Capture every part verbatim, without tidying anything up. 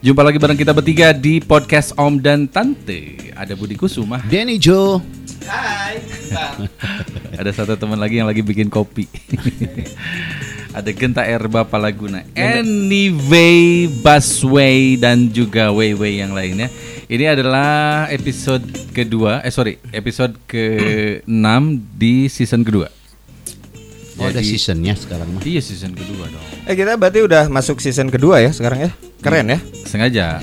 Jumpa lagi bareng kita bertiga di podcast Om dan Tante. Ada Budi Kusuma, Denny Joe. Hai. ada satu teman lagi yang lagi bikin kopi. Ada Genta Erba Palaguna, Anyway, Busway dan juga Way-Way yang lainnya. Ini adalah episode kedua, eh sorry, episode ke-enam di season kedua. Oh, ada seasonnya sekarang mah. Iya, season kedua dong. Eh kita berarti udah masuk season kedua ya sekarang ya. Keren ya. Sengaja.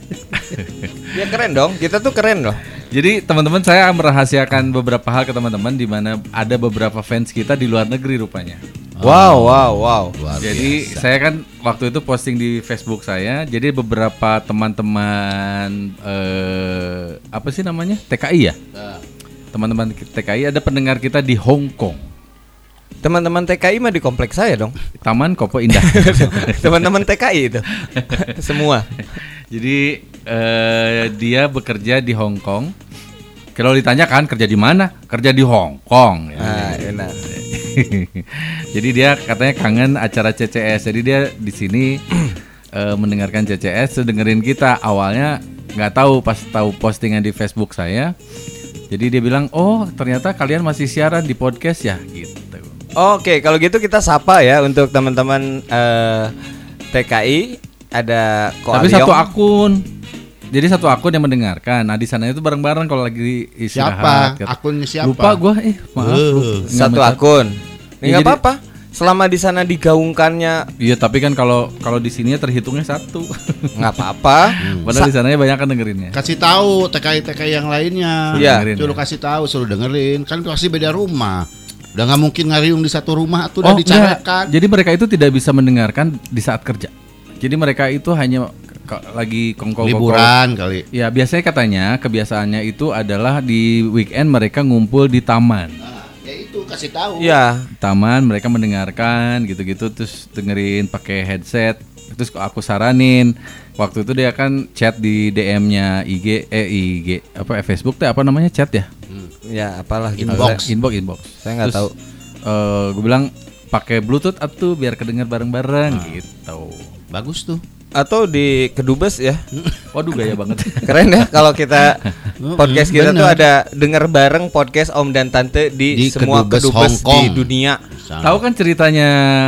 Ya keren dong. Kita tuh keren loh. Jadi teman-teman, saya merahasiakan beberapa hal ke teman-teman di mana ada beberapa fans kita di luar negeri rupanya. Wow, wow, wow. Luar Jadi biasa. saya kan waktu itu posting di Facebook saya. Jadi beberapa teman-teman eh, apa sih namanya, T K I ya? Teman-teman T K I ada pendengar kita di Hong Kong. Teman-teman T K I mah di kompleks saya dong. Taman Kopo Indah. Teman-teman T K I itu. Semua. Jadi eh, dia bekerja di Hong Kong. Kalau ditanya kan kerja di mana? Kerja di Hong Kong. Ya. Ah, enak. Jadi dia katanya kangen acara C C S. Jadi dia di sini uh, mendengarkan C C S, dengerin kita. Awalnya nggak tahu, pas tahu postingan di Facebook saya. Jadi dia bilang, oh ternyata kalian masih siaran di podcast ya, gitu. Oke, kalau gitu kita sapa ya untuk teman-teman eh, T K I. Ada Ko Tapi Aliong. satu akun. Jadi satu akun yang mendengarkan. Nah di sana itu bareng-bareng kalau lagi istirahat. Siapa? Akunnya siapa? Lupa gue, eh maaf. Uh, lupa. Satu Nggak akun. Ya, Enggak jadi- apa-apa. Selama di sana digaungkannya Iya, tapi kan kalau kalau di sini terhitungnya satu. nggak apa-apa. Padahal di sananya banyak kan dengerinnya. Kasih tahu T K I T K I yang lainnya. Iya. Dengerin, Suruh ya. kasih tahu, suruh dengerin. Kan pasti beda rumah. Udah nggak mungkin ngariung di satu rumah, tuh udah Oh, dicarakan. enggak. Jadi mereka itu tidak bisa mendengarkan di saat kerja. Jadi mereka itu hanya ke- lagi kongko Liburan kali. Ya biasanya katanya kebiasaannya itu adalah di weekend mereka ngumpul di taman. Nah, ya itu kasih tahu. Iya. Taman mereka mendengarkan gitu-gitu, terus dengerin pakai headset. Terus aku saranin waktu itu dia kan chat di D M-nya I G eh I G apa eh, Facebook teh apa namanya, chat ya? Ya apalah gitu. Inbox. Saya- Inbox inbox. Saya nggak Terus, tahu. eh, gue bilang pakai Bluetooth atuh biar kedengar bareng-bareng gitu. Bagus tuh. Atau di Kedubes ya. Waduh gaya banget. Keren ya kalau kita podcast kita Bener. tuh ada denger bareng podcast Om dan Tante di, Di semua Kedubes Kedubes Hong Kong. di dunia. Tahu kan ceritanya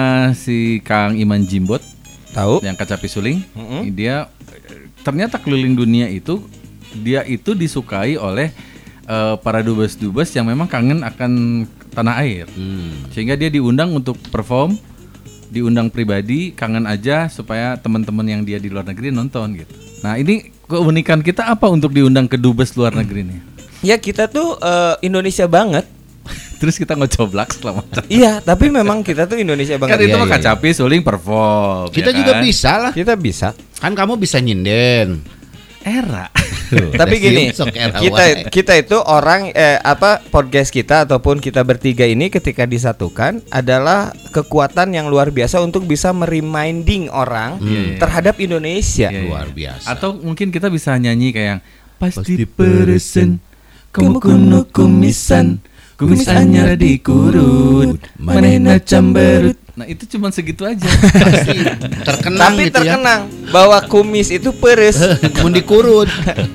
si Kang Iman Jimbot Tahu? yang kacapi suling? Mm-mm. Dia eh, ternyata keliling dunia itu dia itu disukai oleh eh, para dubes-dubes yang memang kangen akan tanah air. Hmm. Sehingga dia diundang untuk perform, diundang pribadi, kangen aja supaya teman-teman yang dia di luar negeri nonton gitu. Nah, ini keunikan kita apa untuk diundang ke dubes luar negeri nih? Ya kita tuh eh, Indonesia banget. Terus kita ngecoblak selama Iya, tapi memang kita tuh Indonesia kan banget. itu Iya, mah iya, kacapi suling perform. Kita ya juga kan? bisa lah. Kita bisa. Kan kamu bisa nyinden. Era. Tapi gini, Sok era kita wae. kita itu orang eh, apa podcast kita ataupun kita bertiga ini ketika disatukan adalah kekuatan yang luar biasa untuk bisa mereminding orang Hmm. terhadap Indonesia. Iya, iya. Luar biasa. Atau mungkin kita bisa nyanyi kayak yang pasti Pasti peresen, kamu kamu kuno kuno kumisan, kumis anyar dikurut, manehna camberut. Nah itu cuma segitu aja. Pasti terkenang Tapi gitu ya. terkenang bahwa kumis itu peres. Mun dikurut.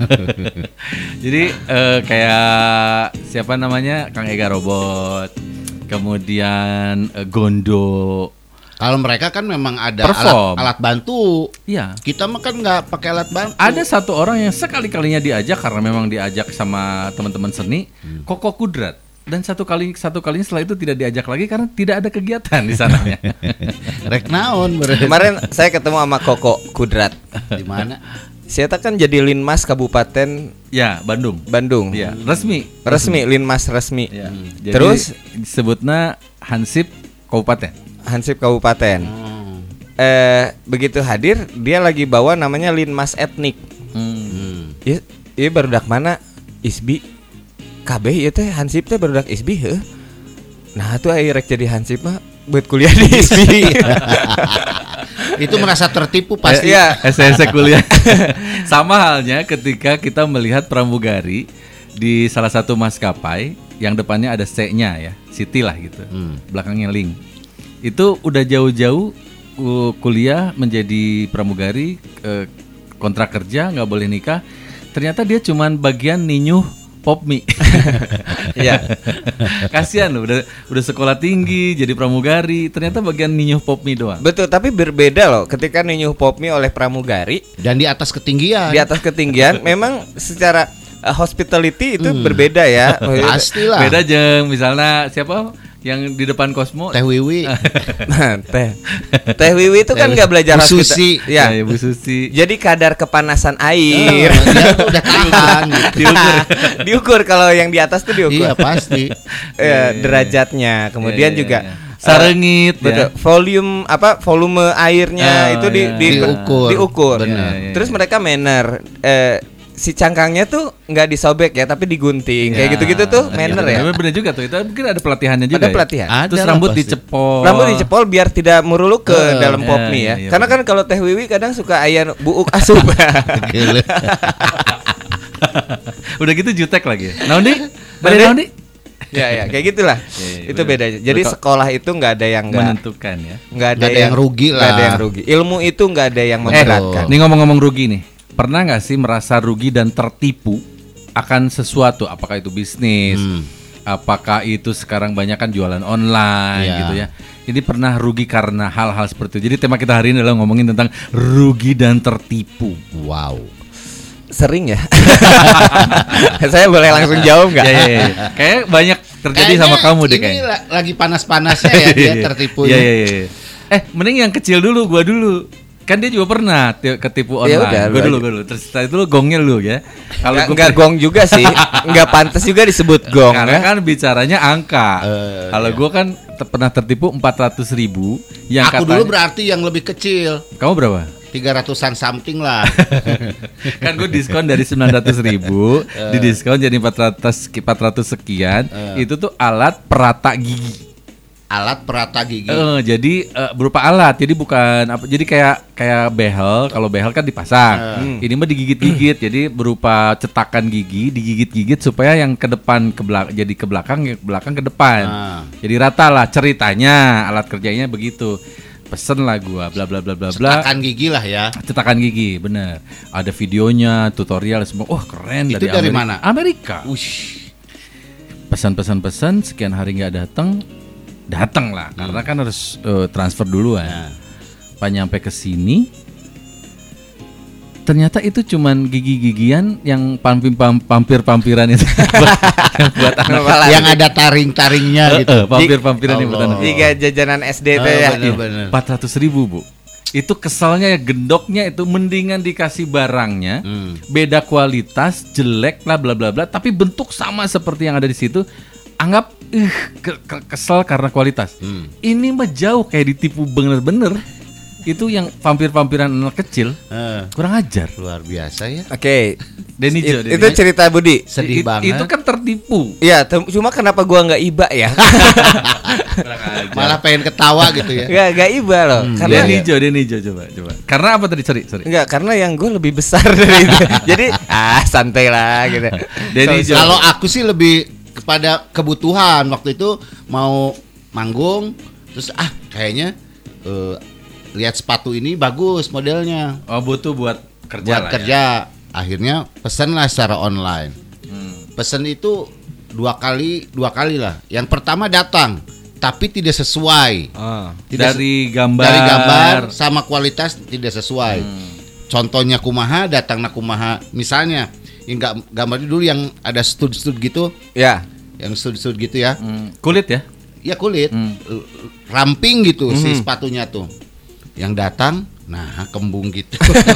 Jadi eh, kayak siapa namanya, Kang Ega Robot, kemudian eh, Gondo. Kalau mereka kan memang ada Perform. alat, alat bantu. Iya. Kita mah kan nggak pakai alat bantu. Ada satu orang yang sekali-kalinya diajak karena memang diajak sama teman-teman seni, Koko Kudrat. Dan satu kali satu kalinya setelah itu tidak diajak lagi karena tidak ada kegiatan di sananya. Rek naon berarti. Kemarin saya ketemu sama Koko Kudrat. Di mana? Saya kan jadi Linmas Kabupaten Ya, Bandung. Bandung. Iya, resmi. Resmi, Linmas resmi. Ya. Jadi Terus? disebutnya Hansip Kabupaten. Hansip Kabupaten. Oh. Eh begitu hadir dia lagi bawa namanya Linmas Etnik. Hmm. Iya, iya barudak mana? Isbi. K B ieu teh Hansip teh barudak Isbi heuh. Nah, tuh aya rek jadi Hansip mah buat kuliah di Isbi. Itu merasa tertipu pasti. Eh, iya. S S kuliah. Sama halnya ketika kita melihat pramugari di salah satu maskapai yang depannya ada C-nya ya, City lah gitu. Hmm. Belakangnya Link. Itu udah jauh-jauh uh, kuliah menjadi pramugari, uh, kontrak kerja, nggak boleh nikah. Ternyata dia cuman bagian ninyuh pop mie. Iya. Kasihan loh, udah udah sekolah tinggi jadi pramugari, ternyata bagian ninyuh pop mie doang. Betul, tapi berbeda loh ketika ninyuh pop mie oleh pramugari Dan di atas ketinggian. di atas ketinggian memang secara uh, hospitality itu berbeda ya. Pastilah. Beda jeng, misalnya siapa yang di depan Cosmo? Teh Wiwi. Nah, teh Teh Wiwi itu kan nggak belajar Bu hospita- Susi. ya. Ya, Bu Susi. Jadi kadar kepanasan Oh, air dia tuh udah tahan gitu. diukur. diukur kalau yang di atas tuh diukur. Iya pasti. Ya, derajatnya. Kemudian Iya, iya, juga iya. Sarengit, eh, betul. ya. Volume apa? Volume airnya Oh, itu di, iya. di- Diukur. diukur. Benar. Iya, iya, Terus iya. mereka manner. Eh, si cangkangnya tuh nggak disobek ya, tapi digunting. Kayak Ya, gitu-gitu tuh iya, manner bener. ya. Bener, bener juga tuh. Itu mungkin ada pelatihannya juga. Ada ya? pelatihan. Ada Terus lah rambut pasti. dicepol. Rambut dicepol biar tidak meruluk ke Eh, dalam pop iya, mie ya. iya, iya, Karena kan kalau Teh Wiwi kadang suka aya buuk asup. Gila. Udah gitu jutek lagi. Naundi? Naundi? Bade Naundi? Ya ya, kayak gitulah. Iya, Itu bener. bedanya. Jadi Betul. sekolah itu nggak ada yang nggak Menentukan ya. nggak ada, Nggak ada yang rugi nggak ada lah. yang rugi. Ilmu itu nggak ada yang Eh, memberatkan. nih ngomong-ngomong rugi nih. Pernah nggak sih merasa rugi dan tertipu akan sesuatu? Apakah itu bisnis? Hmm. Apakah itu sekarang banyak kan jualan online Iya. gitu ya? Ini pernah rugi karena hal-hal seperti itu. Jadi tema kita hari ini adalah ngomongin tentang rugi dan tertipu. Wow. Sering ya. Saya boleh langsung jawab nggak? Ya, ya, ya. Kayak banyak terjadi sama Kayaknya kamu deh ini kayaknya. la- lagi panas-panasnya ya dia tertipu. Iya, iya, iya. Eh, mending yang kecil dulu, gua dulu. Kan dia juga pernah ti- ketipu Ya online. udah, Gua lu dulu, aja. gua dulu. Terus setelah itu lu gongnya lu ya. Kalau Nggak, gua nggak gong juga sih. Nggak pantas juga disebut gong karena ya. kan bicaranya angka. Eh, Kalau iya. gua kan te- pernah tertipu empat ratus ribu. Yang Aku katanya, dulu berarti yang lebih kecil. Kamu berapa? tiga ratusan something lah. Kan gue diskon dari sembilan ratus ribu, di diskon jadi empat ratus empat ratus sekian. Itu tuh alat perata gigi. Alat perata gigi. Eh, jadi eh, berupa alat, jadi bukan apa, jadi kayak kayak behel. Kalau behel kan dipasang, ini mah digigit-gigit. Jadi berupa cetakan gigi, digigit-gigit supaya yang ke depan ke belakang, jadi ke belakang, yang ke belakang ke depan. Ah. Jadi rata lah ceritanya, alat kerjanya begitu. Pesen lah gua, bla bla bla bla bla. Cetakan gigi lah ya. Cetakan gigi, bener. Ada videonya, tutorial semua. Wah keren. Itu dari Ameri- mana? Amerika. Ush. Pesan-pesan-pesan, sekian hari nggak datang, datang lah. Karena kan harus eh, transfer duluan. Nah. Pas nyampe ke sini, ternyata itu cuman gigi-gigian yang pampir pampir-pampiran itu. Yang buat anak. Kepala. Yang ada taring-taringnya Eh, gitu. eh, pampir-pampiran yang buat Allah. anak. Tiga jajanan S D itu Oh, ya. bener-bener. empat ratus ribu bu. Itu kesalnya ya, gendoknya itu mendingan dikasih barangnya Hmm. beda kualitas, jelek lah bla bla bla, tapi bentuk sama seperti yang ada di situ. Anggap ih ke- ke- kesel karena kualitas. Hmm. Ini mah jauh kayak ditipu bener-bener. Itu yang vampir-vampiran anak kecil, Eh, kurang ajar. luar biasa ya. Oke. Denny Jo, It- Denny itu Jo. cerita Budi. Sedih It- banget. Itu kan tertipu. Iya, tem- cuma kenapa gua nggak iba ya? Malah pengen ketawa gitu ya. Nggak nggak iba loh. Karena Denny Jo, Denny Jo coba coba. Karena apa tadi? Sorry, sorry. Enggak, karena yang gue lebih besar dari itu. Jadi ah santai lah gitu. Denny Jo. Kalau aku sih lebih kepada kebutuhan. Waktu itu mau manggung, terus ah kayaknya eh, lihat sepatu ini bagus modelnya Oh, butuh buat kerja buat lah kerja. ya. Akhirnya pesen lah secara online. Hmm. Pesen itu dua kali dua kali lah. Yang pertama datang, tapi tidak sesuai. Oh. Tidak Dari gambar. Dari gambar sama kualitas tidak sesuai. Hmm. Contohnya kumaha, datang na kumaha. Misalnya, yang gak, gambar dulu yang ada stud-stud gitu, Ya. yang stud-stud gitu ya. Hmm, kulit ya? Ya kulit, Hmm. l- ramping gitu si Hmm. sepatunya tuh. Yang datang, nah kembung gitu.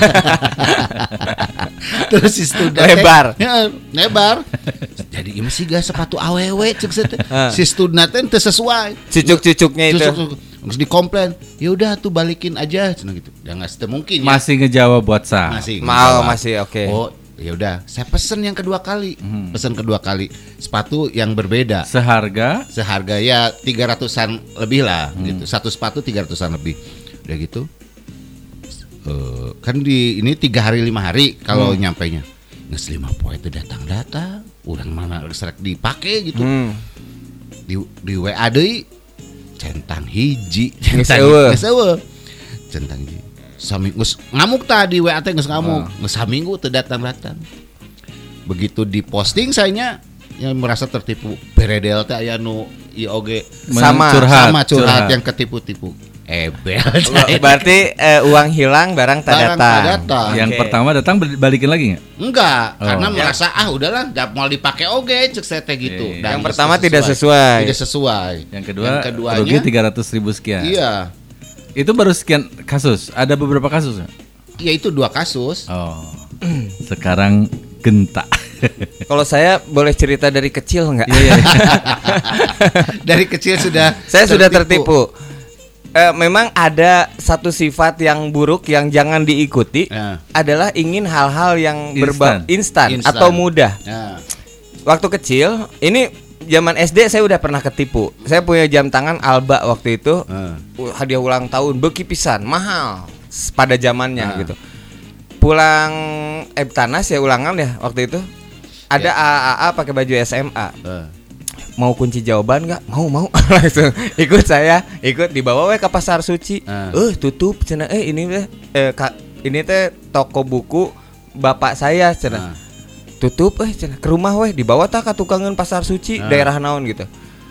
Terus si stud Lebar. ya, lebar. Jadi ini sih gak sepatu awewe cek set. Ah. Si stud naten teu sesuai. Cucuk-cucuknya itu. Terus terus dikomplain. Ya udah tuh balikin aja cenah gitu. Ya enggak mungkin ya. Masih ngejawab WhatsApp. Masih Mau ngejawab. masih oke. Oh, ya udah, saya pesen yang kedua kali. Pesen kedua kali sepatu yang berbeda. Seharga Seharga ya tiga ratusan lebih lah gitu. Satu sepatu tiga ratusan lebih. Udah gitu. Eh, kan di ini tiga hari lima hari kalau nyampainya. Nges lima poe itu datang-datang. Urang mana serek dipake gitu. Hmm. Di di W A deui centang hiji. Geus Centang eueuh. geus eueuh. Centang hiji. Saminggu ngamuk tadi W A teh geus ngamuk. Geus saminggu teu datang-datang. Begitu diposting sayanya yang merasa tertipu. Beredel teh aya nu ieu oge Sama curhat, sama curhat curhat. yang ketipu-tipu. Ebel. Berarti eh, uang hilang, barang tak Barang tak datang. datang. Yang Oke. pertama datang bal- balikin lagi nggak? Enggak, Oh. karena Ya. merasa ah udahlah enggak mau dipakai oge cek saya teh gitu. Iya. Dan Yang pertama tidak sesuai. Tidak sesuai. Yang kedua Yang keduanya, rugi tiga ratus ribu sekian. Iya. Itu baru sekian kasus. Ada beberapa kasus nggak? Ya itu dua kasus. Oh. Sekarang genta. Kalau saya boleh cerita dari kecil nggak? Iya, iya. Dari kecil sudah Saya sudah tertipu. Eh, memang ada satu sifat yang buruk yang jangan diikuti, Ya. adalah ingin hal-hal yang berba instan Instan. atau mudah. Ya. Waktu kecil, ini zaman S D saya udah pernah ketipu. Saya punya jam tangan Alba waktu itu, Ah. uh, hadiah ulang tahun beki pisan, mahal s- pada zamannya Ah. gitu. Pulang Ebtanas ya ulangan ya waktu itu. Ada Ya. A A A pakai baju S M A. Ah. Mau kunci jawaban nggak? Mau mau langsung ikut saya, ikut dibawa we ke pasar suci. Ah. Eh tutup cenah eh ini teh eh ka, ini teh toko buku bapak saya cenah. Ah. Tutup eh cenah ke rumah weh dibawa tak ka tukangan pasar suci Ah. daerah naon gitu.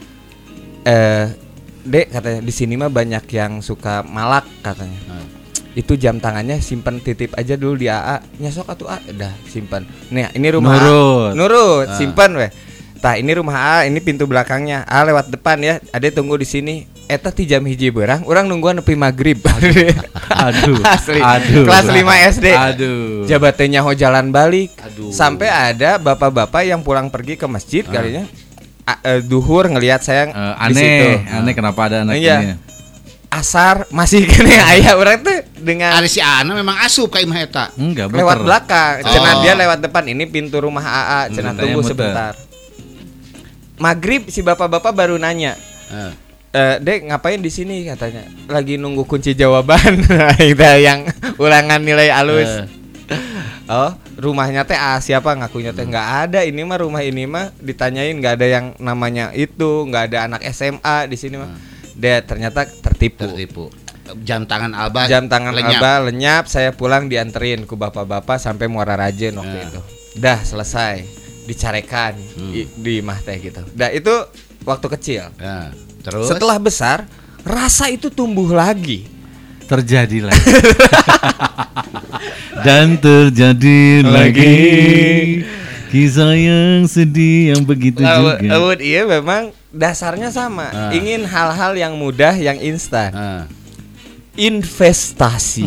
Eh Dek katanya di sini mah banyak yang suka malak katanya. Ah. Itu jam tangannya simpen titip aja dulu di A A. Nyesok atuh A, udah simpen. Nih, ini rumah A. Nurut. Nurut, Ah. simpen weh. Tah, ini rumah A, ini pintu belakangnya. A lewat depan ya. Ade tunggu di sini. Eta ti jam hiji beurang, urang nungguan nepi maghrib. Aduh. Asli. Aduh. Kelas lima S D. Aduh. Jabatannya ho jalan balik. Aduh. Sampai ada bapak-bapak yang pulang pergi ke masjid kalinya. A- eh, duhur ngelihat saya Eh, di situ. aneh, aneh kenapa ada anak Iya. ini? Asar masih kene aya urang teh dengan Ari si Ana memang asup ka imah eta. Enggak, lewat muter. belakang. Oh. Cenah dia lewat depan. Ini pintu rumah A A. Cenah Hmm, tunggu muter. sebentar. Maghrib si bapak-bapak baru nanya. Ah. Eh, Dek ngapain di sini katanya? Lagi nunggu kunci jawaban. Itu yang ulangan nilai alus. Eh. Oh, rumahnya teh ah, siapa ngakunya teh nggak ada. Ini mah rumah ini mah ditanyain nggak ada yang namanya itu, nggak ada anak S M A di sini mah. Dia ternyata tertipu. Tertipu. Jam tangan Alba. Jam tangan lenyap. Alba lenyap, saya pulang dianterin ku bapak-bapak sampai Muara Rajen waktu Nah. itu. Dah selesai, dicarekan Hmm. i- di mah teh gitu. Dah itu waktu kecil. Ya. Terus Setelah besar, rasa itu tumbuh lagi. Terjadi lagi. Dan terjadi lagi kisah yang sedih yang begitu Awut juga. awut, iya memang dasarnya sama. Ah. Ingin hal-hal yang mudah, yang instan. Ah. Investasi.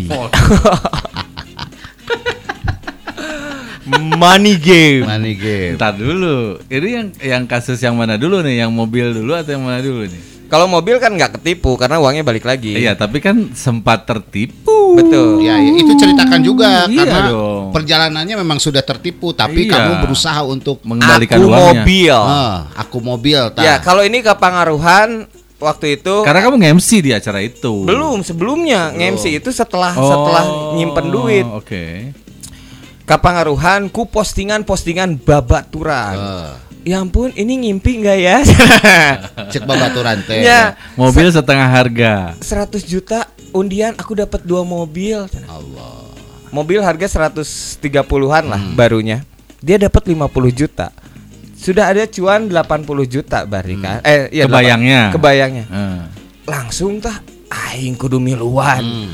Money game. Money game. Ntar dulu. Ini yang yang kasus yang mana dulu nih? Yang mobil dulu atau yang mana dulu nih? Kalau mobil kan nggak ketipu karena uangnya balik lagi. Iya, tapi kan sempat tertipu. Betul. Ya, ya, itu ceritakan juga Iya karena dong. perjalanannya memang sudah tertipu, tapi Iya. kamu berusaha untuk Mengembalikan Aku uangnya. mobil. ah, aku mobil. tah. Ya kalau ini kepengaruhan waktu itu Karena kamu nge-M C di acara itu. belum sebelumnya nge-M C itu setelah Oh, setelah nyimpen duit. Oke. Kepengaruhan ku postingan-postingan babaturan. Ah, Ya ampun, ini ngimpi nggak ya? cek babaturan teh. Ya, Mobil setengah harga. seratus juta undian aku dapat dua mobil. Allah. Mobil harga seratus tiga puluhan lah Hmm. barunya. Dia dapat lima puluh juta. Sudah ada cuan delapan puluh juta bari kan. Eh iya Kebayangnya. delapan- Kebayangnya. Eh. Langsung tah aing kudu miluan. Hmm.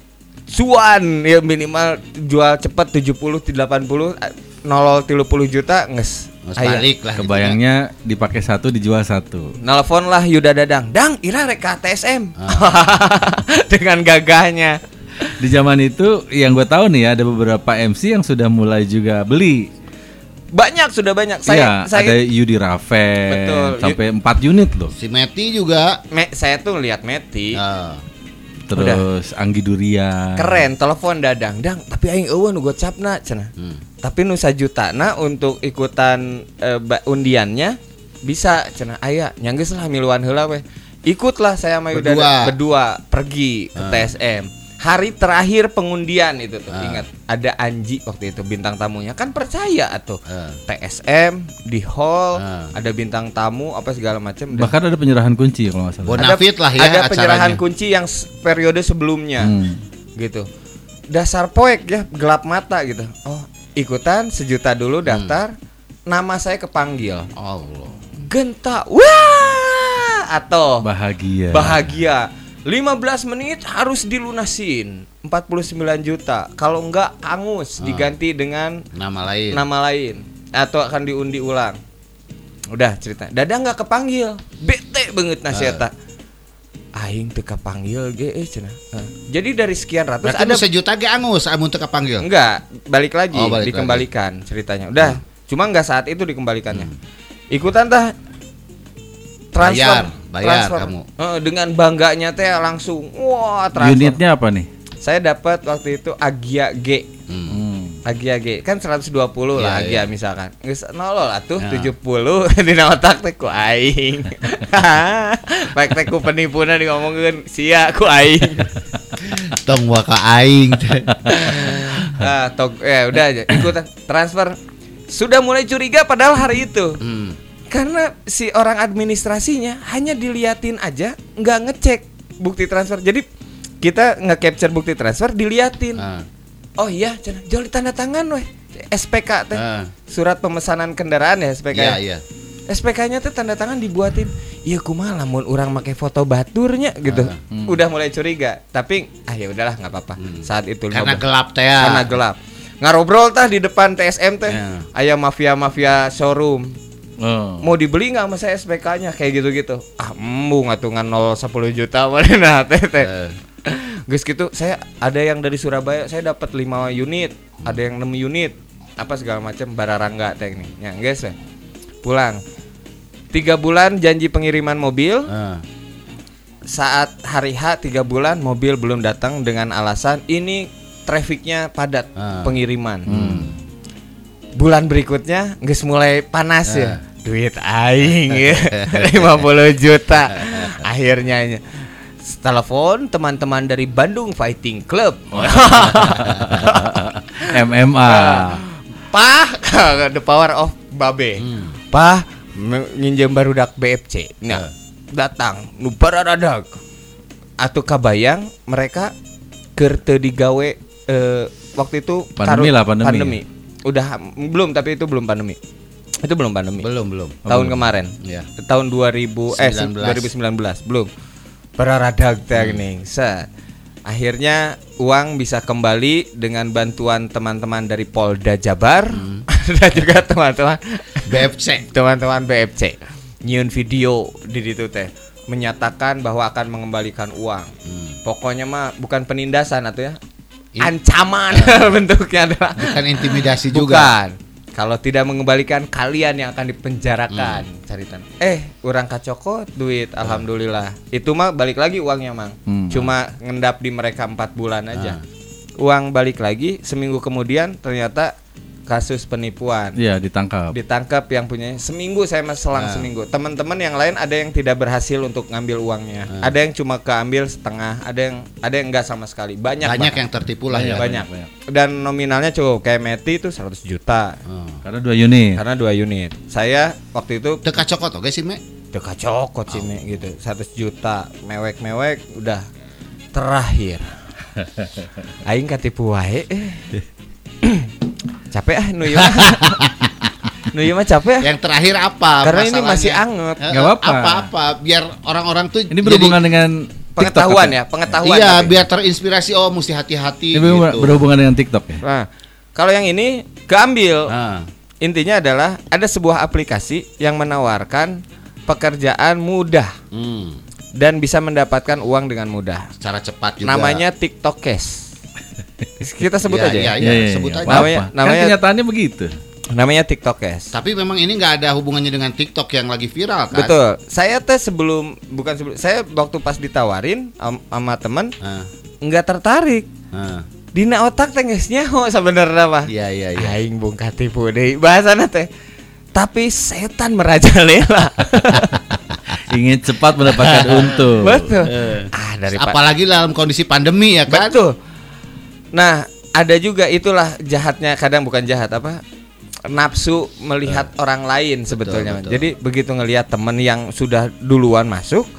Cuan ya minimal jual cepat tujuh puluh delapan puluh nolol tiga puluh juta nges. Nges Aya. balik lah. gitu Kebayangnya dipakai satu dijual satu. Nelfon lah Yuda Dadang. Dang, ira rek ka T S M. Ah. Dengan gagahnya. Di zaman itu yang gue tahu nih ada beberapa M C yang sudah mulai juga beli. Banyak sudah banyak. Iya, Saya saya ada Yudi Raven Betul. sampai empat unit loh. ya. Si Meti juga. me, saya tuh lihat Meti. Ah. Terus Anggi Durian. Keren, telepon Dadang. Dang, tapi aing eueuh nu gocapna cenah. Hmm. Tapi nu sajutana untuk ikutan eh, ba- undiannya bisa cenah aya nyanggeus lah miluan heula weh. Ikutlah saya sama Yuda Berdua. berdua pergi ke Ah. T S M. Hari terakhir pengundian itu tuh Ah. ingat ada Anji waktu itu bintang tamunya kan percaya atuh. Ah. T S M di hall Ah. ada bintang tamu apa segala macam. Dan Bahkan ada penyerahan kunci kalau nggak salah. Bonafit lah ya ada penyerahan acaranya. kunci yang s- periode sebelumnya Hmm. gitu. dasar poek ya, gelap mata gitu. Oh, ikutan sejuta dulu daftar. Hmm. Nama saya kepanggil. Allah. Genta. Wah! Atau bahagia. Bahagia. lima belas menit harus dilunasin. empat puluh sembilan juta. Kalau enggak angus, Ah. diganti dengan Nama lain. nama lain atau akan diundi ulang. Udah cerita. Dada enggak kepanggil. Bete banget nasihatna. Aing teu kepanggil ge eh cenah. Ah. Jadi dari sekian ratus Berarti ada sejuta ge angus amun teu kapanggil. enggak, balik lagi, Oh, balik dikembalikan ceritanya. Udah, Hmm. cuma enggak saat itu dikembalikannya. Hmm. Ikutan tah transfer, Bayar, bayar transfer. kamu. Eh, dengan bangganya teh langsung wah transfer. Unitnya apa nih? Saya dapat waktu itu Agia G. Hmm. Hmm. Agia G kan seratus dua puluh lah Iya, Agia iya. misalkan. Geus nolol atuh Ya. tujuh puluh di otak teh ku aing. Baik teh ku penipuna di ngomongkeun sia ku aing. Tong wa ka aing. Ah, tok ya udah aja ikutan transfer. Sudah mulai curiga padahal hari itu. Hmm. Karena si orang administrasinya hanya diliatin aja, nggak ngecek bukti transfer. Jadi kita nge-capture bukti transfer, diliatin. Ah. Oh iya, cenah jol tanda tangan weh. S P K teh. Ah. Surat pemesanan kendaraan ya S P K. Iya, ya? iya. S P K-nya tuh tanda tangan dibuatin. Iya kumaha lamun urang make foto baturnya gitu. Ah, hmm. Udah mulai curiga, tapi ah ya udahlah nggak apa-apa. Hmm. Saat itu Karena lima belas gelap teh ya. Karena gelap. Ngarobrol tah di depan T S M teh. Ya. Aya mafia-mafia showroom. Oh. Mau dibeli nggak sama saya S P K-nya kayak gitu-gitu. Ah, embung atungan nol sepuluh juta mana teh teh. Eh. Guys gitu, saya ada yang dari Surabaya, saya dapat lima unit, ada yang enam unit, apa segala macam bararangga teknik. Ya, guys, ya. Pulang. Tiga bulan janji pengiriman mobil. Ah. Saat hari H tiga bulan mobil belum datang dengan alasan ini trafiknya padat Ah. pengiriman. Hmm. Bulan berikutnya guys mulai panas ya. Ah. Duit aing ya. lima puluh juta. Akhirnya telepon teman-teman dari Bandung Fighting Club. M M A. Pah, the power of Babe. Hmm. Pah, nginjem barudak B F C. Nah, datang nu bararadag. Atuh kabayang mereka keur teu digawe eh, waktu itu Pandemi karu- lah, pandemi. pandemi. Udah belum, tapi itu belum pandemi. Itu belum pandemi. Belum, belum. Tahun belum. kemarin. Iya. Tahun dua ribu eh sembilan belas. dua ribu sembilan belas belum. Bararadag teh geuning. Set. Akhirnya uang bisa kembali dengan bantuan teman-teman dari Polda Jabar dan juga teman-teman B F C. teman-teman B F C. Nyieun video di situ teh menyatakan bahwa akan mengembalikan uang. Hmm. Pokoknya mah bukan penindasan atau ya. I- Ancaman bentuknya adalah. Bukan intimidasi juga. Bukan. Kalau tidak mengembalikan kalian yang akan dipenjarakan. Caritan. Eh, orang kacokot duit, alhamdulillah. Itu mah balik lagi uangnya, Mang. Hmm. Cuma ngendap di mereka empat bulan aja. Ah. Uang balik lagi seminggu kemudian ternyata kasus penipuan. Iya, ditangkap. Ditangkap yang punya seminggu, saya mas selang Ah. seminggu. Teman-teman yang lain ada yang tidak berhasil untuk ngambil uangnya. Ah. Ada yang cuma keambil setengah, ada yang ada yang enggak sama sekali. Banyak Banyak banget. yang tertipu lah ya. banyak. Dan nominalnya cukup kayak Meti itu seratus juta. Oh. Karena dua unit. Karena dua unit. Saya waktu itu Teu kacokot oke sih, Me. dekat cokot sih Me, gitu. seratus juta, mewek-mewek udah terakhir. Aing katipu wae eh. Capek ah nu ieu mah. Nu ieu mah capek ah. Yang terakhir apa? Karena ini masalahnya? masih anget. Eh, Nggak apa-apa. Apa-apa biar orang-orang tuh Ini berhubungan dengan Pengetahuan TikTok, ya, katanya. pengetahuan. Iya, tapi. biar terinspirasi oh mesti hati-hati Ini berhubungan, gitu. berhubungan dengan TikTok ya. Nah, kalau yang ini keambil. Nah, Intinya adalah ada sebuah aplikasi yang menawarkan pekerjaan mudah hmm, dan bisa mendapatkan uang dengan mudah. secara cepat juga. Namanya TikTok Cash. Kita sebut Iya, aja. iya, ya? iya, Iya, iya, sebut iya. aja. Apa-apa. Namanya- namanya- Kan kenyataannya begitu. Namanya TikTok Cash. Tapi memang ini nggak ada hubungannya dengan TikTok yang lagi viral kan? Betul. Saya teh sebelum bukan sebelum saya waktu pas ditawarin am- sama teman Nah, nggak tertarik. nah. Dina otak teh geus nyaho sebenarnya mah. Iya, iya, iya. Aing bung katipu deui bahasana teh. Tapi setan merajalela. Ingin cepat mendapatkan untung. Betul. Eh. Ah daripada Apalagi dalam kondisi pandemi ya kan? betul. Nah, ada juga itulah jahatnya kadang bukan jahat apa? Nafsu melihat orang lain sebetulnya. betul. Jadi begitu ngelihat temen yang sudah duluan masuk,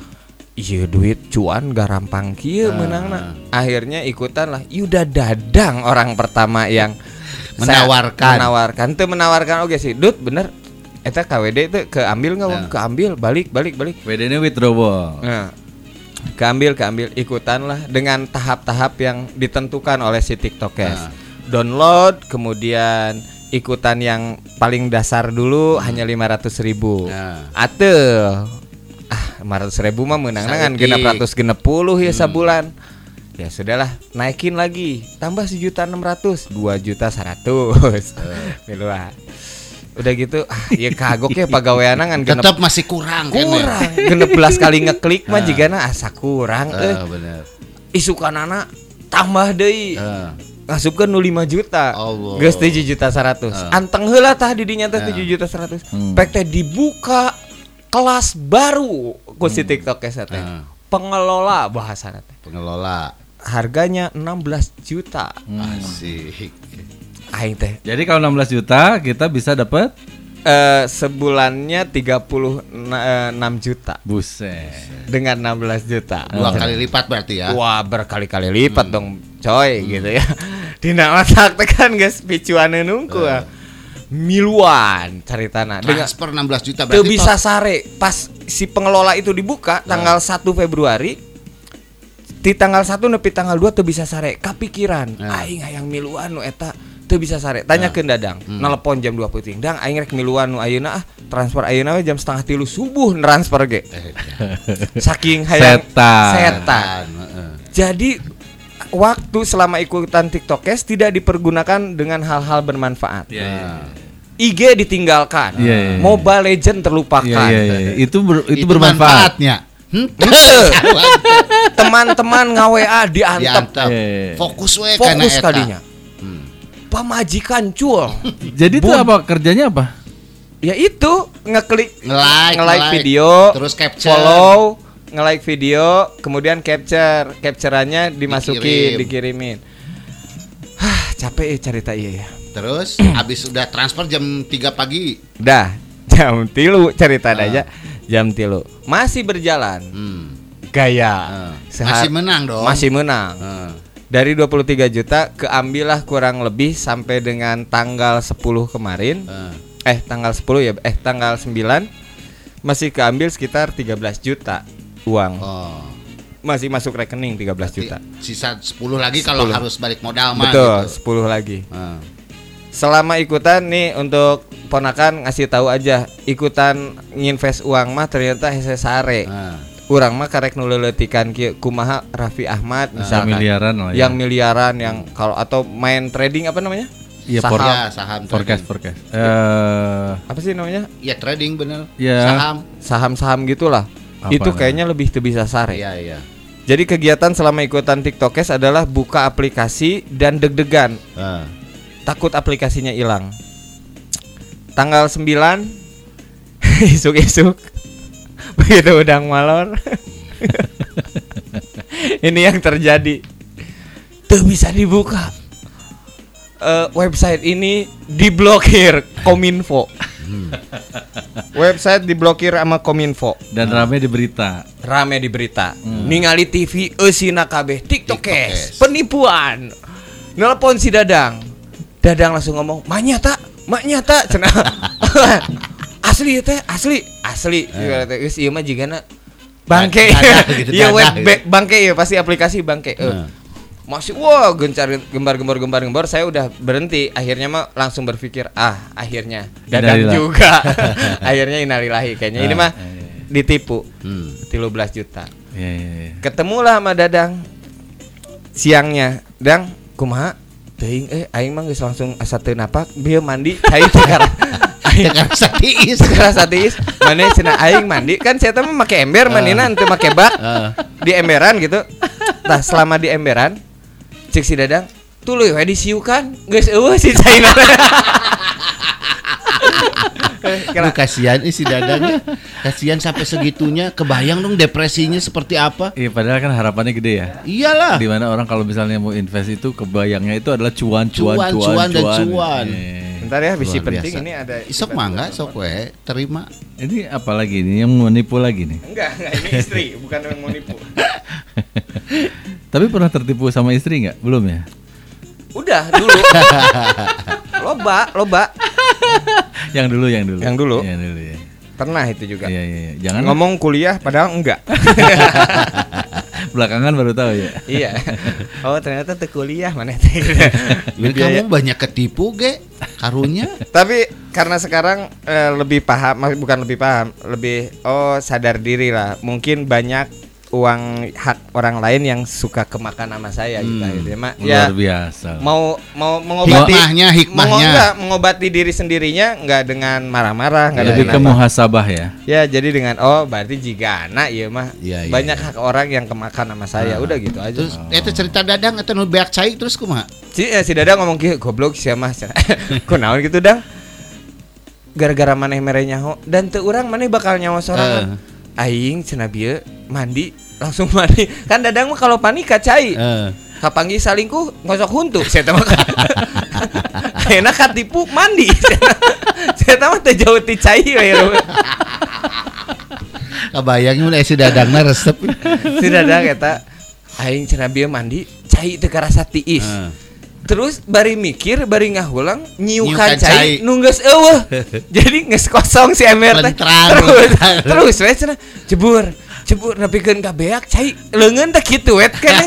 iya duit cuan garampang kieu Ah. menangna. Akhirnya ikutan lah. Yuda Dadang orang pertama yang saya- Menawarkan. menawarkan teu menawarkan oke sih. Dut bener eta K W D teh keambil enggak? Nah. Keambil, balik balik balik. W D-nya withdrawal. Nah, keambil keambil ikutan lah dengan tahap-tahap yang ditentukan oleh si TikTokers. Nah. Download, kemudian ikutan yang paling dasar dulu hanya lima ratus ribu. Nah. Ateu ah lima ratus ribu mah menang-nangan Saeutik. genap ratus genep puluh ya sabulan. Ya sudahlah, naikin lagi, tambah sejuta enam ratus, dua juta seratus. Miluan. Udah gitu, ah, ya kagok ya pagaweana ngan genep Tetap masih kurang kan ya? kurang, genep belas kali ngeklik mah jigana asa kurang. Eh, Ah, benar. isukanana tambah deui. Ah. Ngasupkeun nu lima juta. Allah. Geus tujuh juta seratus. Ah. Anteng heula tah di dinya teh Ah. tujuh juta seratus. Hmm. Pek teh dibuka kelas baru ku si TikTok teh. Ah. Pengelola bahasana teh. Pengelola. Harganya enam belas juta. Asik. Aing teh Jadi kalau enam belas juta kita bisa dapat eh sebulannya tiga puluh enam juta buset. dengan enam belas juta. Dua kali lipat berarti ya. Wah, berkali-kali lipat dong, coy, gitu ya. Dina otak teh kan geus picuan nungku. Eh. Miluan caritana dengan Transfer enam belas juta teu berarti bisa tot- sare pas si pengelola itu dibuka tanggal satu Februari. Di tanggal satu nepi tanggal dua teu bisa sare. Kapikiran Nah. aing hayang miluan nu eta teu bisa sare. Tanyakeun Dadang. Nelpon jam dua peuting. Dang aing rek miluan nu ayeuna ah. Transfer ayeuna we jam setengah tilu subuh transfer ge. Eh, Saking hayang Setan. setan. heeh. Jadi waktu selama ikutan TikTokers tidak dipergunakan dengan hal-hal bermanfaat. Nah. I G ditinggalkan. Iya, iya, iya. Mobile Legend terlupakan. Iya, iya, iya. Itu ber- itu, Itu bermanfaat. manfaatnya. Hmm? Henteu. Teman-teman nga W A diantep. Diantep. Eh. Fokus we kana Fokus eta. kadinya. Hmm. Pamajikan cul. Jadi itu Bun. apa kerjanya apa? Ya itu ngeklik Nge-like, nge-like nge-like. video, Terus capture. follow, nge-like video, kemudian capture, capturannya dimasukin, Dikirim. dikirimin. Hah, capek ya cerita iya ya. Terus habis udah transfer jam tiga pagi. Dah, jam tilu cerita Ah. aja. Jam tilu. Masih berjalan. Hmm. Gaya. Ah. Seha- Masih menang dong. Masih menang. Ah. Dari dua puluh tiga juta keambillah kurang lebih sampai dengan tanggal sepuluh kemarin. Ah. Eh, tanggal sepuluh ya. Eh, tanggal sembilan masih keambil sekitar tiga belas juta uang. Oh. Masih masuk rekening tiga belas juta. Sisa sepuluh lagi kalau sepuluh. harus balik modal mah Betul, gitu. sepuluh lagi. Ah. Selama ikutan nih untuk ponakan ngasih tahu aja, ikutan nginvest uang mah ternyata hese sare. Ah. Urang mah karek nu leuleutikkan kieu kumaha Raffi Ahmad misalkan. miliaran lah ya. Yang miliaran yang kalau atau main trading apa namanya? Iya, Saham. for- Ya, saham forecast trading. forecast. Eh, Apa sih namanya? Ya trading bener. Ya. Saham. Saham-saham gitulah. Apa Itu namanya? kayaknya lebih teu bisa sare. Iya, iya. Jadi kegiatan selama ikutan TikTokers adalah buka aplikasi dan deg-degan. Ah. Takut aplikasinya hilang. Tanggal sembilan isuk-isuk begitu udang malor. Ini yang terjadi. Tuh bisa dibuka. Eh, website ini diblokir Kominfo. Website diblokir sama Kominfo. dan rame di berita. Rame di berita. Ningali T V eusina kabeh TikTokers, TikTokers. penipuan. Nelpon si Dadang. Dadang langsung ngomong, "Mak nyata, mak nyata." Cenah. Asli teh, asli, asli. Ibarat teh geus ieu mah jigana bangke. Dadah gitu, Iya web dadah be- bangke ya pasti aplikasi bangke. Eh, Nah. Masih wah gencar gembar-gembar gembar-gembar saya udah berhenti. Akhirnya mah langsung berpikir, ah akhirnya Dadang Innalillahi. juga. Akhirnya innalillahi kayaknya ini mah ditipu Hmm. tiga belas juta. Iya, iya, iya. Ketemulah sama Dadang siangnya. Dang, kumaha? Teuing eh aing mah geus langsung asa teu napak, bieu mandi cai teh karena aing Dengan satiis. kerasa tiis. Mane cenah aing mandi kan saya teh mah make ember mandina teu make bak. Ah. Di emberan gitu. Nah, selama di emberan cek si Dadang tuluy we disiukan geus eueuh si caina. Lu kasihan ih si Dadangnya. Kasihan sampai segitunya. Kebayang dong depresinya seperti apa? Iya, padahal kan harapannya gede ya. Iyalah. Di mana orang kalau misalnya mau invest itu kebayangnya itu adalah cuan, cuan, Cuan, cuan, cuan, dan cuan. Iya. Bentar ya, bisi Luar penting biasa. ini ada. Sok mangga, sok we, terima. Ini apa lagi nih yang menipu lagi nih? Enggak, enggak ini istri, bukan yang mau nipu. Tapi pernah tertipu sama istri nggak? Belum ya? Udah dulu. loba, loba. Yang dulu, yang dulu. Yang dulu. Yang dulu ya. Pernah itu juga. Iya, iya, iya. Jangan Ngomong kuliah padahal enggak. belakangan baru tahu ya. Iya. Oh, ternyata teu kuliah maneh teh. Ya, kamu banyak ketipu ge karunya. Tapi karena sekarang eh, lebih paham, mak- bukan lebih paham, lebih oh sadar diri lah. Mungkin banyak uang hak orang lain yang suka kemakan sama saya gitu, Hmm, gitu ya, Mak. Ya, Luar biasa. mau mau mengobati Hikmahnya, hikmahnya. mengo- enggak, mengobati diri sendirinya enggak dengan marah-marah, enggak Ya, Lebih dengan ke apa. muhasabah ya. Ya, jadi dengan oh berarti jika anak ya mah Ya, ya, banyak ya. hak orang yang kemakan sama saya. Ah. Udah gitu aja. Terus eta cerita Dadang eta nu beak cai terus kumaha? Si, eh, si Dadang ngomong gitu, goblok sih mah. Kunaon gitu, Dang? Gara-gara maneh mere nyaho dan teu urang maneh bakal nyaho sorangan. Aing cenah bieu mandi langsung mandi. Kan Dadang mah kalau panik kacai. Heeh. Kapanggih salingkuh ngosok huntu. Saya teh mah. Enak katipu mandi. Saya teh mah teu jauh ti cai we. Kabayang mun si Dadangna resep. Si Dadang eta aing cenah bieu mandi cai teu karasa tiis. Heeh. Terus bari mikir, bari ngahulang nyiukan Nyiukan cai cai. nungges eueuh. Jadi geus kosong si ember teh. Lentrang, Terus lentrang. terus we cenah jebur. Jebur nepikeun ka beak cai leungeun teh kitu wet kan.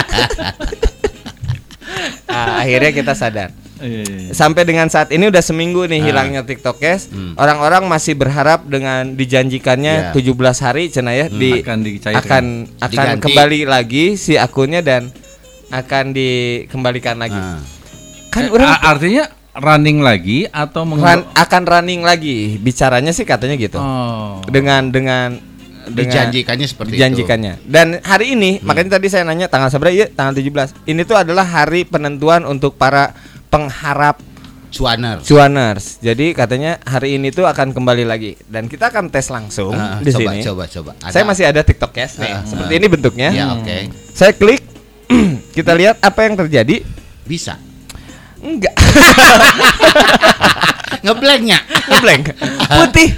Ah, akhirnya kita sadar. Iya, iya, iya. Sampai dengan saat ini udah seminggu nih Ah. hilangnya TikTokers. Hmm. Orang-orang masih berharap dengan dijanjikannya Ya. tujuh belas hari cenah ya di Akan dicairkan. akan akan Diganti. kembali lagi si akunnya dan akan dikembalikan lagi. Nah. Kan Eh, orang a- artinya running lagi atau meng- Ran- akan running lagi. Bicaranya sih katanya gitu. Oh. Dengan dengan dengan Dijanjikannya seperti dijanjikannya. Dan hari ini makanya tadi saya nanya tanggal seberapa? Iya, tanggal tujuh belas. Ini tuh adalah hari penentuan untuk para pengharap itu. Cuaner. cuaners. Jadi katanya hari ini tuh akan kembali lagi dan kita akan tes langsung Ah, di coba, sini. coba, coba. Ada. Saya masih ada TikTok Cash nih. Ah, Seperti ah. ini bentuknya. Ya, oke. Saya klik kita lihat apa yang terjadi. Bisa. Enggak. Ngeblanknya. Ngeblank. Putih.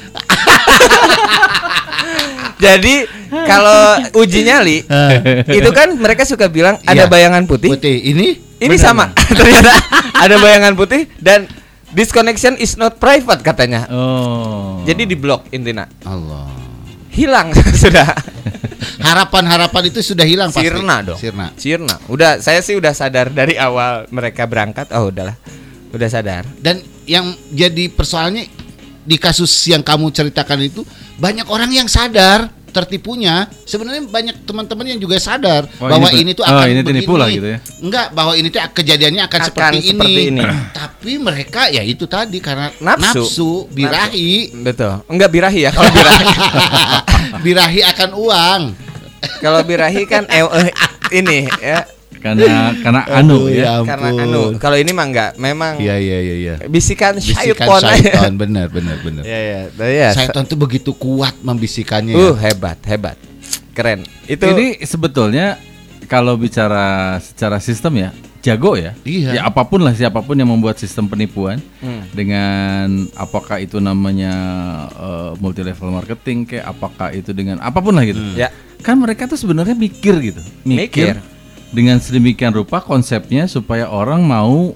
Jadi kalau uji nyali itu kan mereka suka bilang ada Iya. bayangan putih. Putih. Ini Ini Benar, sama. Ternyata ada bayangan putih dan this connection is not private katanya. Oh. Jadi di blok intinya. Allah. Hilang sudah. Harapan-harapan itu sudah hilang pasti. Sirna dong. Sirna. Sirna. Udah saya sih udah sadar dari awal mereka berangkat. Oh, udahlah. Udah sadar. Dan yang jadi persoalannya di kasus yang kamu ceritakan itu banyak orang yang sadar tertipunya. Sebenarnya banyak teman-teman yang juga sadar Oh, bahwa ini ini, pe- tuh oh, akan ini begini. tipu lah gitu ya. Enggak, bahwa ini tuh kejadiannya akan, Akan seperti, seperti ini. ini. Tapi mereka ya itu tadi karena Nafsu. nafsu, birahi. Betul. Enggak birahi ya kalau birahi. Birahi akan uang. Kalau birahi kan eh, eh, ini ya Karena karena anu Aduh, ya. ya karena ampun. anu. Kalau ini mah enggak. Memang Iya iya iya iya. bisikan Bisikan syaiton. syaitan, benar benar benar. Ya ya. Ya. Syaitan tuh begitu kuat membisikannya. Uh, ya. hebat, hebat. Keren. Itu Ini sebetulnya kalau bicara secara sistem ya jago ya. Iya. Ya apapun lah siapapun yang membuat sistem penipuan Hmm. dengan apakah itu namanya multi level marketing kayak apakah itu dengan apapun lah gitu. Ya. Kan mereka tuh sebenarnya mikir gitu. Mikir. Dengan sedemikian rupa konsepnya supaya orang mau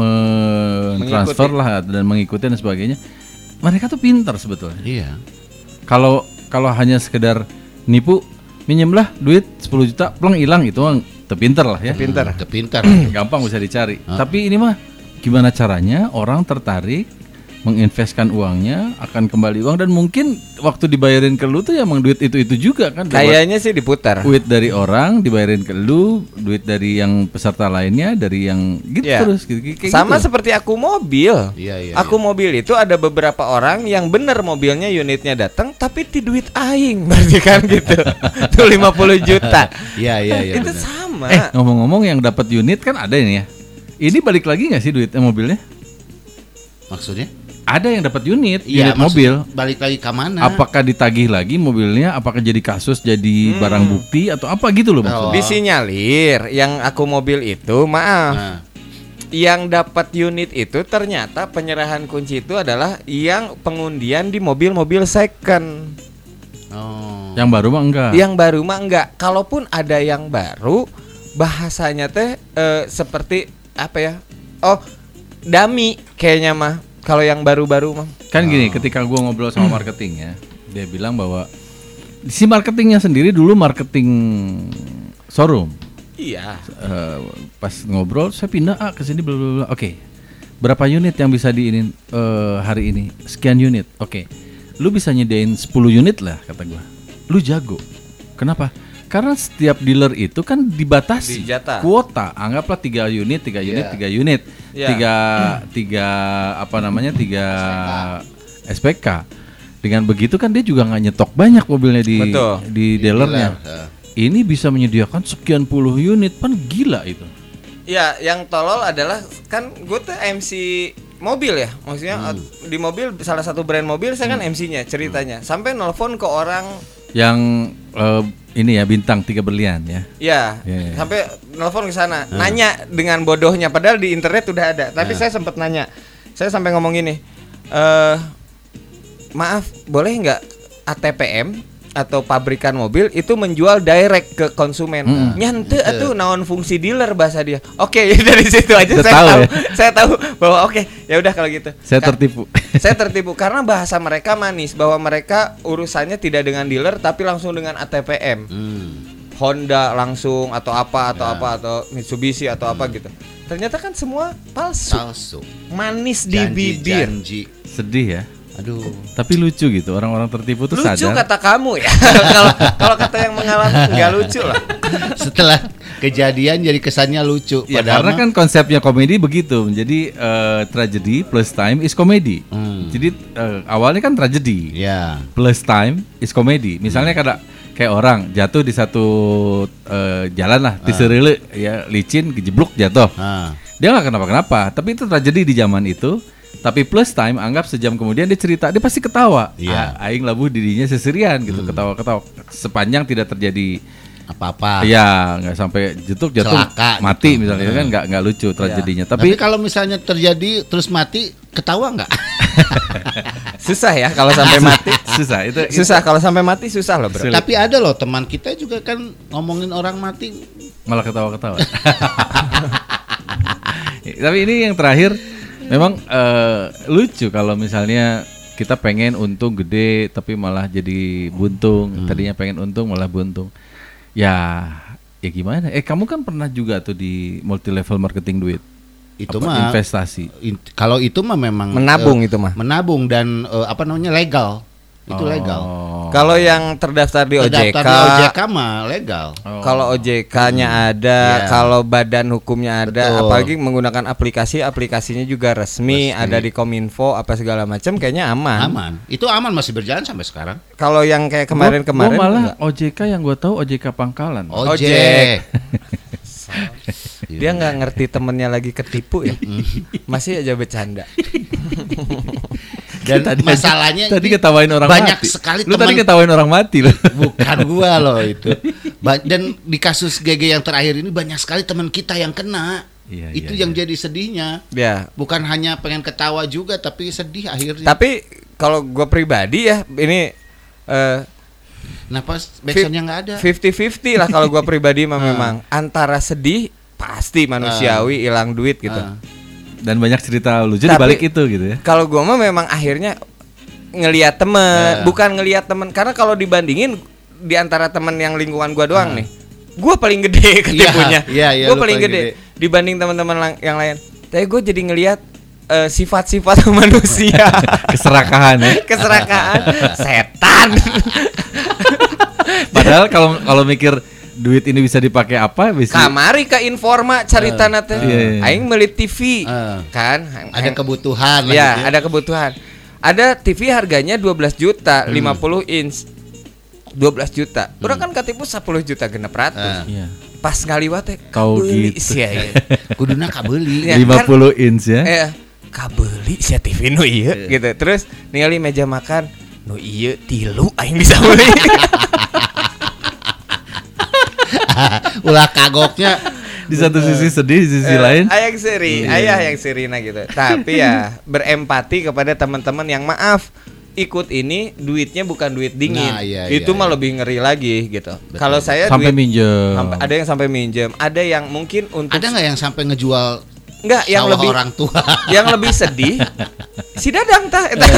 mentransfer lah dan mengikuti dan sebagainya. Mereka tuh pintar sebetulnya. Iya. Kalau kalau hanya sekedar nipu, minjemlah duit sepuluh juta, pleng hilang itu mah terpintar lah ya. Pintar. Udah pintar. Gampang bisa dicari. Ah. Tapi ini mah gimana caranya orang tertarik menginvestkan uangnya akan kembali uang dan mungkin waktu dibayarin ke lu tuh ya emang duit itu-itu juga kan. Dapat Kayaknya sih diputar. duit dari orang dibayarin ke lu, duit dari yang peserta lainnya, dari yang gitu Ya. terus gitu, kayak Sama gitu. seperti aku mobil. Iya iya. Aku mobil itu ada beberapa orang yang bener mobilnya unitnya datang tapi di duit aing berarti kan gitu. Tuh lima puluh juta. Iya iya iya. Itu benar. sama. Eh ngomong-ngomong yang dapat unit kan ada ini ya. Ini balik lagi nggak sih duitnya mobilnya? Maksudnya? Ada yang dapat unit, Iya, unit mobil. maksud- Balik lagi ke mana? Apakah ditagih lagi mobilnya? Apakah jadi kasus, jadi Hmm. barang bukti atau apa gitu loh Oh. maksudnya? Disinyalir yang aku mobil itu maaf. Nah, Yang dapat unit itu ternyata penyerahan kunci itu adalah yang pengundian di mobil-mobil second. Oh. Yang baru mah enggak. Yang baru mah enggak. Kalaupun ada yang baru, bahasanya teh eh, seperti apa ya? Oh, dummy kayaknya mah. Kalau yang baru-baru mah. Kan gini, ketika gua ngobrol sama marketingnya, dia bilang bahwa si marketingnya sendiri dulu marketing showroom. Iya. Uh, pas ngobrol saya pindah ah, ke sini bla bla bla. Oke. Berapa unit yang bisa diinin uh, hari ini? Sekian unit. Oke. Lu bisa nyediain sepuluh unit lah kata gua. Lu jago. Kenapa? Karena setiap dealer itu kan dibatasi Dijata. kuota. Anggaplah tiga unit, tiga unit, Yeah. tiga unit. Yeah. Tiga tiga apa namanya? tiga S P K. Dengan begitu kan dia juga nggak nyetok banyak mobilnya di Betul. di dealernya. Dealer, uh. Ini bisa menyediakan sekian puluh unit, kan gila itu. Ya, yang tolol adalah kan gue tuh M C mobil ya, maksudnya Hmm. di mobil salah satu brand mobil saya kan M C-nya ceritanya. Sampai nelpon ke orang, Yang eh, ini ya bintang tiga berlian ya. ya, Ya, ya. sampai nelpon ke sana, nanya dengan bodohnya, padahal di internet udah ada. Tapi saya sempat nanya, saya sampai ngomong gini, eh maaf, boleh nggak A T P M atau pabrikan mobil itu menjual direct ke konsumen. Hmm. Nyante Gitu. atuh naon fungsi dealer bahasa dia. Oke, dari situ aja Udah saya tahu tahu. ya? Saya tahu bahwa oke, ya udah kalau gitu. Saya Ka- tertipu. saya tertipu karena bahasa mereka manis bahwa mereka urusannya tidak dengan dealer tapi langsung dengan A T P M. Hmm. Honda langsung atau apa atau Ya. apa atau Mitsubishi atau apa gitu. Ternyata kan semua palsu. Palsu. Manis di bibir. Janji. Sedih ya. Aduh. Tapi lucu gitu, orang-orang tertipu tuh Lucu sadar. kata kamu ya. Kalau kalau kata yang mengalami nggak lucu lah. Setelah kejadian jadi kesannya lucu. Ya Padahal karena mah- kan konsepnya komedi begitu. Jadi eh, tragedy plus time is comedy. Hmm. Jadi eh, awalnya kan tragedy Ya. plus time is comedy. Misalnya kada kayak orang jatuh di satu eh, jalan lah, diserele ya licin, kejeblok jatuh. Ah. Dia nggak kenapa-kenapa, tapi itu tragedi di zaman itu. Tapi plus time, anggap sejam kemudian dia cerita, dia pasti ketawa. Iya. Ah, aing labuh dirinya seserian gitu, ketawa-ketawa. Sepanjang tidak terjadi, Apa-apa. ya nggak sampai jatuh jatuh Celaka mati gitu. misalnya, itu kan nggak nggak lucu tragedinya. Tapi, Tapi, kalau misalnya terjadi terus mati, ketawa nggak? Susah ya kalau sampai mati. susah itu. itu- Susah kalau sampai mati susah loh, Bro. Sulit. Tapi ada loh teman kita juga kan ngomongin orang mati. malah ketawa-ketawa. Tapi ini yang terakhir, memang eh, lucu kalau misalnya kita pengen untung gede tapi malah jadi buntung. Tadinya pengen untung malah buntung. Ya, ya gimana? Eh kamu kan pernah juga tuh di multi level marketing duit. Itu Apa, mah investasi. in- kalau itu mah memang Menabung eh, itu mah. menabung dan eh, apa namanya legal. Itu legal. Oh. Kalau yang terdaftar di O J K, Terdaftar di O J K mah legal. Oh. kalau O J K-nya ada, Iya. kalau badan hukumnya ada, Betul. apalagi menggunakan aplikasi, aplikasinya juga resmi, Resmi. ada di Kominfo apa segala macam, kayaknya aman. Aman. Itu aman masih berjalan sampai sekarang. Kalau yang kayak Gua- kemarin-kemarin gua malah enggak. O J K yang gue tahu O J K Pangkalan. Ojek. Ojek. Dia nggak ngerti temennya lagi ketipu ya, masih aja bercanda. Dan Tadi- masalahnya tadi ini ketawain orang banyak mati. sekali Lu tadi teman- ketawain orang mati loh. Bukan gua loh itu. Ba- Dan di kasus G G yang terakhir ini banyak sekali teman kita yang kena. Iya, Itu iya, yang iya. jadi sedihnya. Ya, Bukan hanya pengen ketawa juga tapi sedih akhirnya. tapi kalau gue pribadi ya ini eh, Kenapa backsoundnya nggak ada? fifty fifty lah kalau gue pribadi mah memang antara sedih pasti manusiawi hilang duit gitu. Ah. Dan banyak cerita lucu di Tapi- balik itu gitu ya. Kalau gue mah memang akhirnya ngelihat temen, Ya. bukan ngelihat temen karena kalau dibandingin di antara temen yang lingkungan gue doang Ah. nih, gue paling gede ketipunya. iya, iya, gue lu paling paling gede. gede. Dibanding teman-teman lang- yang lain. Tapi gue jadi ngelihat eh, sifat-sifat manusia, Keserakahan ya. keserakahan, setan. Padahal kalau kalau mikir duit ini bisa dipakai apa bisa. Kamari ke Informa carita Ah. nate. Iya, iya. Aing beli T V Ah. kan. Ada kebutuhan lah Ya, gitu ada kebutuhan. Ada T V harganya dua belas juta, Hmm. lima puluh inch. dua belas juta. Urang kan katipu sepuluh juta genep ratus. Ah. Iya. Pas ngaliwat teh Kau kabeli gitu. sia ieu. Kuduna kabeli. Ya, lima puluh inch ya. Eh, kabeli sia T V nu ieu gitu. Terus ningali meja makan nu ieu tilu aing bisa beli. Ulah kagoknya Di satu sisi sedih, di sisi Eh, lain. ayah yang seri, ayah yang sirina gitu. Tapi ya berempati kepada teman-teman yang maaf ikut ini duitnya bukan duit dingin. Nah, iya, itu iya, mah iya. lebih ngeri lagi gitu. Kalau saya Sampai duit, minjem. sampai- ada yang sampai minjem, ada yang mungkin untuk Ada nggak yang sampai ngejual enggak yang sawah lebih orang tua? yang lebih sedih si Dadang tah eta.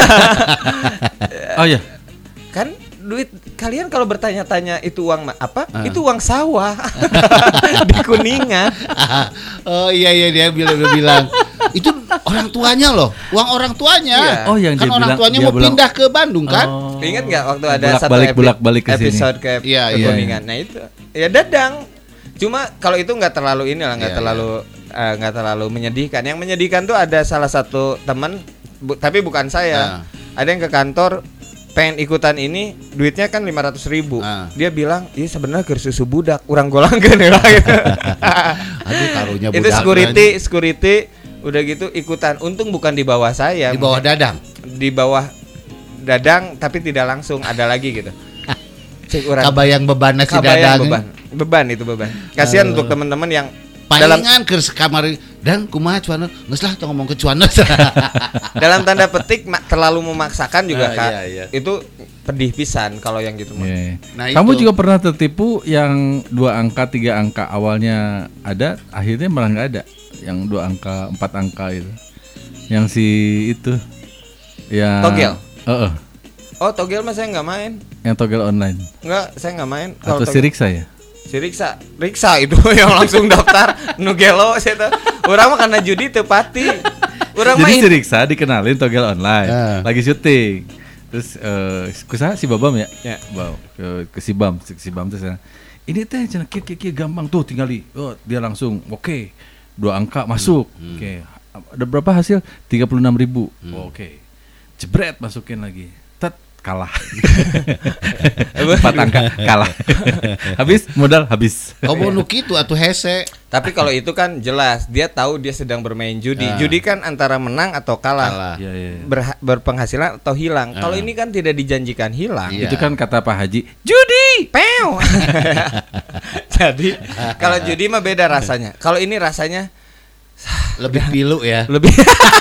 Oh ya. Kan duit kalian kalau bertanya-tanya itu uang ma- apa? Ah. Itu uang sawah di Kuningan. Oh iya iya dia bilang dia bilang itu orang tuanya loh, uang orang tuanya. Iya. Oh, yang kan dia orang bilang- tuanya dia mau bilang- pindah ke Bandung kan? Oh. Ingat nggak waktu ada satu Bolak-balik, epi- bolak-balik ke sini. episode ke, Iya, ke iya. Kuningan. Nah itu ya Dadang. Cuma kalau itu nggak terlalu ini lah, nggak Iya, terlalu eh, nggak terlalu menyedihkan. Yang menyedihkan tuh ada salah satu teman, bu- tapi bukan saya. Ah. Ada yang ke kantor pengen ikutan ini, duitnya kan lima ratus ribu. Ah. Dia bilang, iya sebenarnya keur susu budak, urang golangkeun heula gitu. Aduh karunya Itu budak security, security udah gitu ikutan. Untung bukan di bawah saya, di bawah Dadang. di bawah Dadang, tapi tidak langsung ada lagi gitu. Cek urang. Kabayang bebanna si Kabayang Dadang. beban. Beban itu beban. Kasihan Uh. untuk teman-teman yang dalam Palingan ke kamar dan kumaha cuana geus lah teu ngomong ke cuana. dalam tanda petik ma- terlalu memaksakan juga Ah, Kak. iya, iya. Itu pedih pisan kalau yang gitu mah. Iya. Nah, Kamu itu. juga pernah tertipu yang dua angka, tiga angka awalnya ada, akhirnya malah nggak ada. Yang dua angka, empat angka itu. Yang si itu. Yang Togel? Heeh. Oh, togel mah saya nggak main. Yang togel online. Enggak, saya nggak main. Atau si togel- Riksa ya? Si Riksa, Riksa itu yang langsung daftar Nugelo saya tahu. Urang mah karena judi teu pati. Urang Jadi main si Riksa dikenalin togel online, Ah. lagi syuting. Terus eh kusaha si Babam ya? Ya. Bawa ke, ke si Bam, si, si Bam terus ya, ini teh cenah kieu kieu kieu gampang tuh tinggali. Oh, dia langsung oke. Dua angka masuk. Oke. Ada berapa hasil? tiga puluh enam ribu. Oh, oke. Jebret masukin lagi. Tet kalah. Empat angka kalah. Habis modal habis. Kamu nu kitu atuh hese. Tapi kalau itu kan jelas dia tahu dia sedang bermain judi. Ah. Judi kan antara menang atau kalah. Kalah. Iya, iya. Berha- berpenghasilan atau hilang. Kalau ini kan tidak dijanjikan hilang. Iya. Itu kan kata Pak Haji, judi. Pew. Jadi kalau judi mah beda rasanya. Kalau ini rasanya Lebih pilu ya. lebih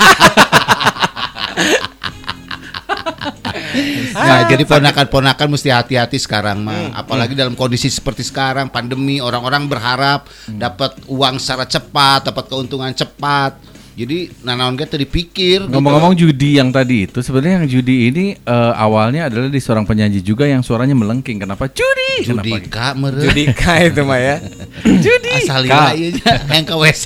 Nah, jadi ponakan-ponakan mesti hati-hati sekarang mah. Apalagi dalam kondisi seperti sekarang, pandemi, orang-orang berharap dapat uang secara cepat, dapat keuntungan cepat. Jadi nanaon ge teu dipikir. Ngomong-ngomong judi yang tadi itu, sebenarnya yang judi ini eh, awalnya adalah di seorang penyanyi juga yang suaranya melengking. Kenapa judi? gitu. Kenapa? Judika meureun. judika itu mah ya. Judi. Asal Kak. ieu yang ke W C.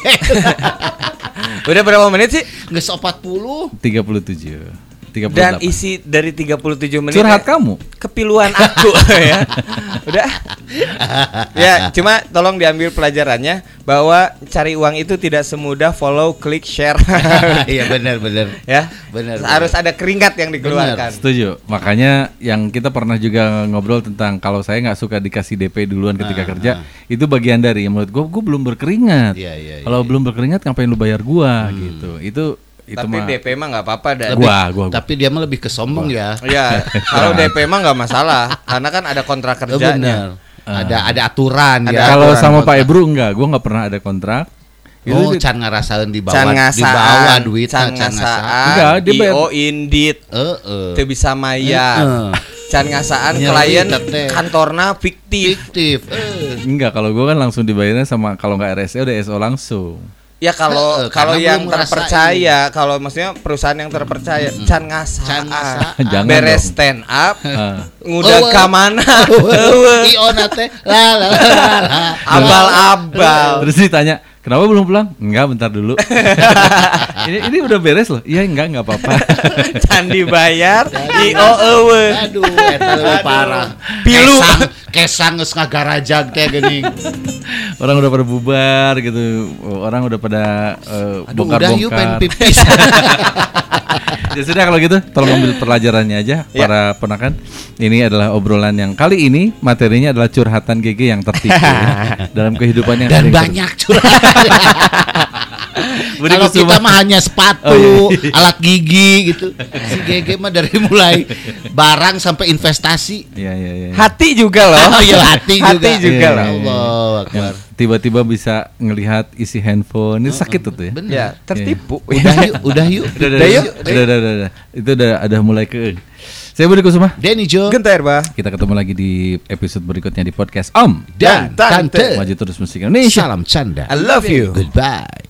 Udah berapa menit sih? Geus empat puluh. tiga puluh tujuh. tiga puluh Dan delapan. isi dari tiga puluh tujuh menit Curhat ya, kamu. kepiluan aku ya. Udah. Ya, cuma tolong diambil pelajarannya bahwa cari uang itu tidak semudah follow, klik, share. Iya benar benar. Ya. Benar, Harus benar. ada keringat yang dikeluarkan. Setuju. Makanya yang kita pernah juga ngobrol tentang kalau saya nggak suka dikasih D P duluan ketika Ah, kerja, ah. itu bagian dari menurut gua, gua belum berkeringat. Iya, iya, Kalau iya. belum berkeringat ngapain lu bayar gua gitu. Itu itu Tapi mah. D P mah nggak apa-apa dah. Gua, gua, gua. Tapi dia mah lebih ke sombong ya. Ya, kalau D P mah nggak masalah karena kan ada kontrak Oh, kerjanya. benar. Ada ada aturan Ada ya. Kalau aturan sama kontrak. Pak Ebru enggak, gua nggak pernah ada kontrak. Oh, Itu- can ngarasaeun di bawah Can di ngasaan, bawah duit can can ngasaan. Enggak, ngasaan, dia I bayar- O indit, Heeh. teu bisa mayar. Heeh. Can ngasaan Nyeri klien teteh. kantorna fiktif. Fiktif. Eh. Enggak, kalau gua kan langsung dibayarnya sama kalau nggak R S E udah S O langsung. Ya kalau Heeh, kalau karena yang belum ngerasain. terpercaya, kalau maksudnya perusahaan yang terpercaya, can ngasaan, Can ngasaan. Jangan beres dong. stand up, Ah. ngudag Eueuh. ka mana, Iona teh la la la la. abal-abal. Terus ditanya, kenapa belum pulang? Enggak, bentar dulu. ini ini udah beres loh. Iya, enggak, enggak apa-apa. Can dibayar, I O eueuh. Aduh, eta leuwih parah. Pilu. Kesang, kesang geus ngagarajag teh geuning. Orang udah pada bubar gitu. Orang udah pada eh, Aduh, udah yuk pengen bongkar-bongkar. pipis. Ya sudah kalau gitu, tolong ambil pelajarannya aja Ya. para ponakan. Ini adalah obrolan yang kali ini materinya adalah curhatan G G yang tertipu ya, dalam kehidupan yang Dan sering ter- banyak curhat. Budi Kalau Kusuma. kita mah hanya sepatu, Oh, iya. alat gigi gitu. Si Gege mah dari mulai barang sampai investasi. Iya iya iya. Hati juga loh. Oh iya, hati juga. Hati juga Iya, loh. iya, iya. Allah Akbar. Yang tiba-tiba bisa ngelihat isi handphone. Ini sakit tuh ya. Bener. Ya, tertipu. Udah yuk, udah yuk. Udah, udah, Udah udah, yuk. udah, udah, udah, udah. Itu udah ada mulai ke. Saya Budi Kusuma. Denny Jo Gentar, Bah. Kita ketemu lagi di episode berikutnya di podcast Om dan Dan Tante. Tante. Maju Terus Musik Indonesia. Salam canda. I love you. Goodbye.